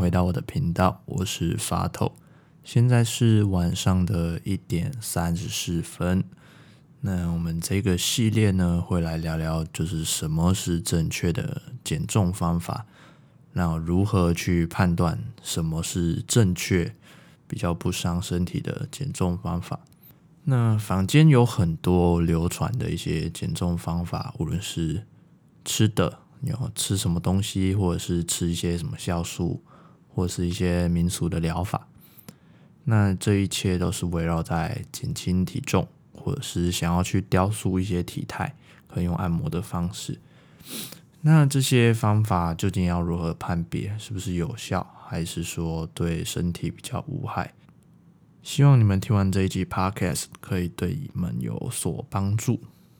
回到我的频道，我是发透。现在是晚上的1点34分。那我们这个系列呢，会来聊聊就是什么是正确的减重方法，那如何去判断什么是正确、比较不伤身体的减重方法。那坊间有很多流传的一些减重方法，无论是吃的，有吃什么东西，或者是吃一些什么酵素，或者是一些民俗的疗法。那这一切都是围绕在减轻体重，或者是想要去雕塑一些体态，可以用按摩的方式。那这些方法究竟要如何判别是不是有效，还是说对身体比较无害？希望你们听完这一集 Podcast 可以对你们有所帮助。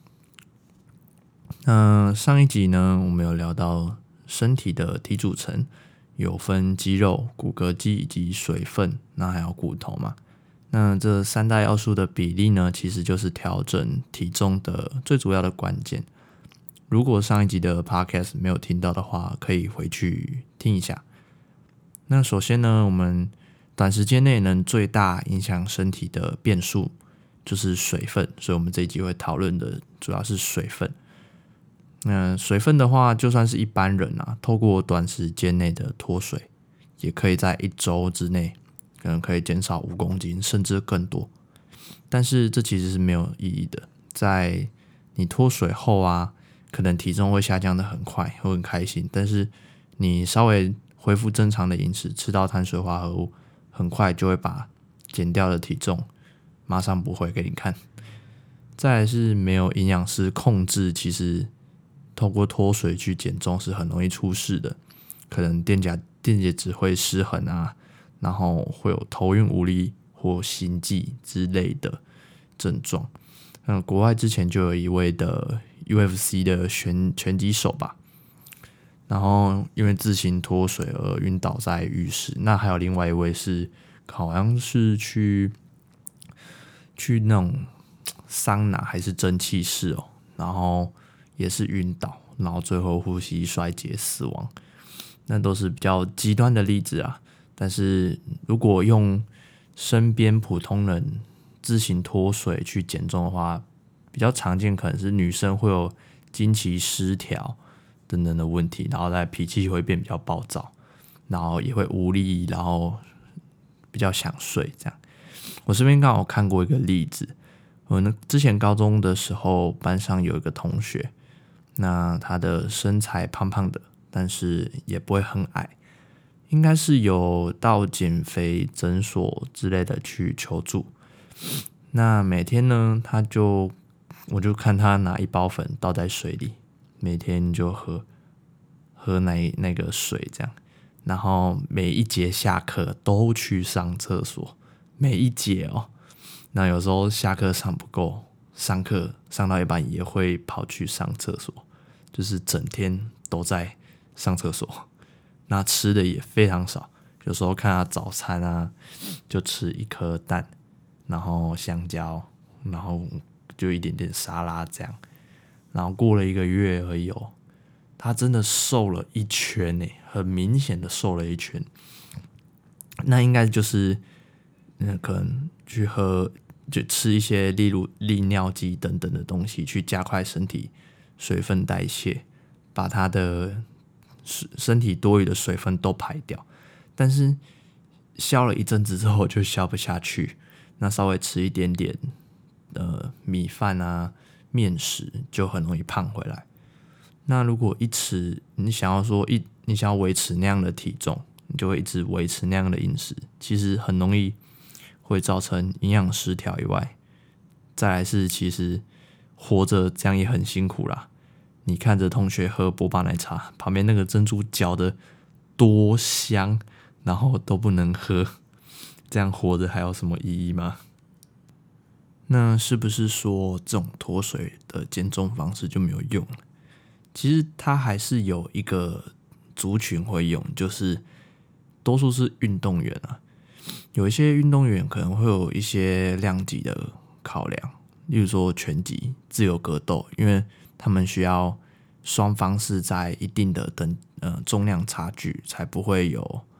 那上一集呢，我们有聊到身体的体组成有分肌肉、骨骼肌以及水分，那还有骨头嘛。那这三大要素的比例呢，其实就是调整体重的最主要的关键。如果上一集的 Podcast 没有听到的话，可以回去听一下。那首先呢，我们短时间内能最大影响身体的变数就是水分，所以我们这一集会讨论的主要是水分。那水分的话，就算是一般人啊，透过短时间内的脱水，也可以在1周之内，可能可以减少5公斤，甚至更多。但是这其实是没有意义的，在你脱水后啊，可能体重会下降的很快，会很开心，但是你稍微恢复正常的饮食，吃到碳水化合物，很快就会把减掉的体重马上补回给你看。再来是没有营养师控制，其实透过脱水去减重是很容易出事的，可能电解质会失衡啊，然后会有头晕无力或心悸之类的症状。国外之前就有一位的 UFC 的拳击手吧，然后因为自行脱水而晕倒在浴室。那还有另外一位是好像是去那种桑拿还是蒸汽室哦，然后也是晕倒，然后最后呼吸衰竭死亡。那都是比较极端的例子啊。但是如果用身边普通人自行脱水去减重的话，比较常见可能是女生会有经期失调等等的问题，然后在脾气会变比较暴躁，然后也会无力，然后比较想睡这样。我身边刚好看过一个例子，之前高中的时候，班上有一个同学，那他的身材胖胖的，但是也不会很矮，应该是有到减肥诊所之类的去求助。那每天呢，我就看他拿1包粉倒在水里，每天就喝那个水这样，然后每一节下课都去上厕所，每一节哦。那有时候下课上不够，上课上到一半也会跑去上厕所，就是整天都在上厕所。那吃的也非常少，有时候看他早餐啊，就吃1颗蛋，然后香蕉，然后就一点点沙拉这样。然后过了1个月而已哦，他真的瘦了1圈耶，很明显的瘦了1圈。那应该就是可能就吃一些例如利尿剂等等的东西，去加快身体水分代谢，把它的身体多余的水分都排掉。但是消了一阵子之后就消不下去，那稍微吃一点点米饭啊面食就很容易胖回来。那如果你想要维持那样的体重，你就会一直维持那样的饮食，其实很容易会造成营养失调以外，再来是其实活着这样也很辛苦啦。你看着同学喝波霸奶茶，旁边那个珍珠搅得多香，然后都不能喝，这样活着还有什么意义吗？那是不是说这种脱水的减重方式就没有用？其实它还是有一个族群会用，就是多数是运动员啊。有一些运动员可能会有一些量级的考量，例如说拳击、自由格斗，因为他们需要双方是在一定的重量差距，才不会有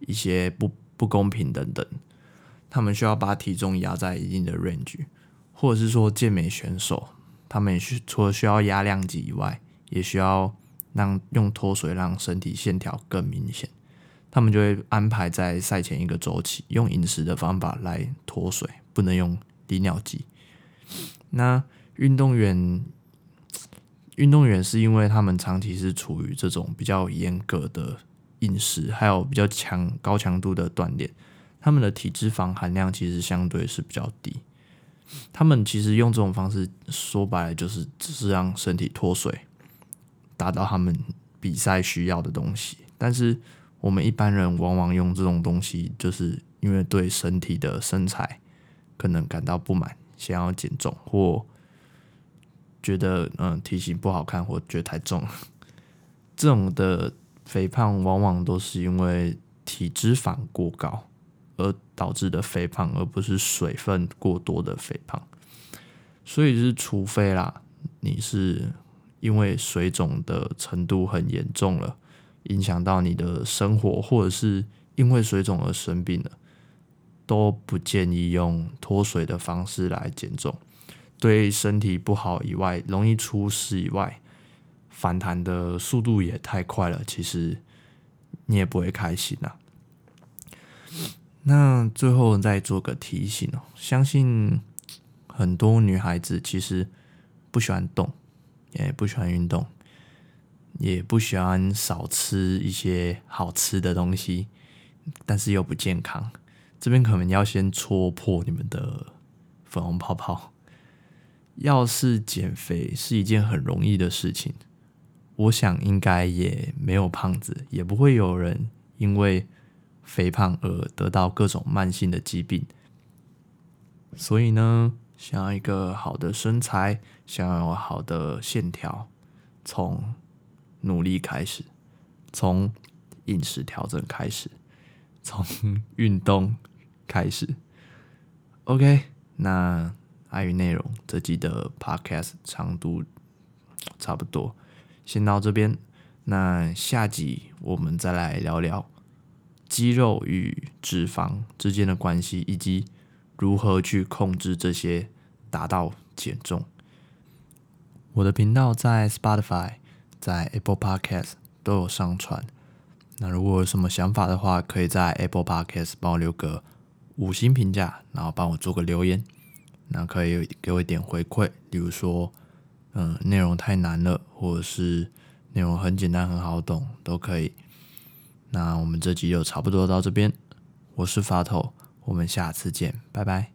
一些不公平等等，他们需要把体重压在一定的 range， 或者是说健美选手，他们也除了需要压量级以外，也需要用脱水让身体线条更明显。他们就会安排在赛前一个周期，用饮食的方法来脱水，不能用利尿剂。那运动员是因为他们长期是处于这种比较严格的饮食，还有比较高强度的锻炼，他们的体脂肪含量其实相对是比较低。他们其实用这种方式，说白了就是只是让身体脱水，达到他们比赛需要的东西。但是我们一般人往往用这种东西，就是因为对身体的身材可能感到不满，想要减重，或觉得体型不好看，或觉得太重了。这种的肥胖往往都是因为体脂肪过高而导致的肥胖，而不是水分过多的肥胖。所以是除非啦，你是因为水肿的程度很严重了，影响到你的生活，或者是因为水肿而生病了，都不建议用脱水的方式来减重。对身体不好以外，容易出事以外，反弹的速度也太快了，其实你也不会开心啊。那最后再做个提醒哦，相信很多女孩子其实不喜欢动，也不喜欢运动，也不喜欢少吃一些好吃的东西，但是又不健康。这边可能要先戳破你们的粉红泡泡。要是减肥是一件很容易的事情，我想应该也没有胖子，也不会有人因为肥胖而得到各种慢性的疾病。所以呢，想要一个好的身材，想要有好的线条，从努力开始，从饮食调整开始，从运动开始。OK， 那碍于内容，这集的 podcast 长度差不多，先到这边。那下集我们再来聊聊肌肉与脂肪之间的关系，以及如何去控制这些，达到减重。我的频道在 Spotify、在 Apple Podcast 都有上传。那如果有什么想法的话，可以在 Apple Podcast 帮我留个5星评价，然后帮我做个留言。那可以给我一点回馈，例如说，内容太难了，或者是内容很简单很好懂，都可以。那我们这集就差不多到这边，我是法头，我们下次见，拜拜。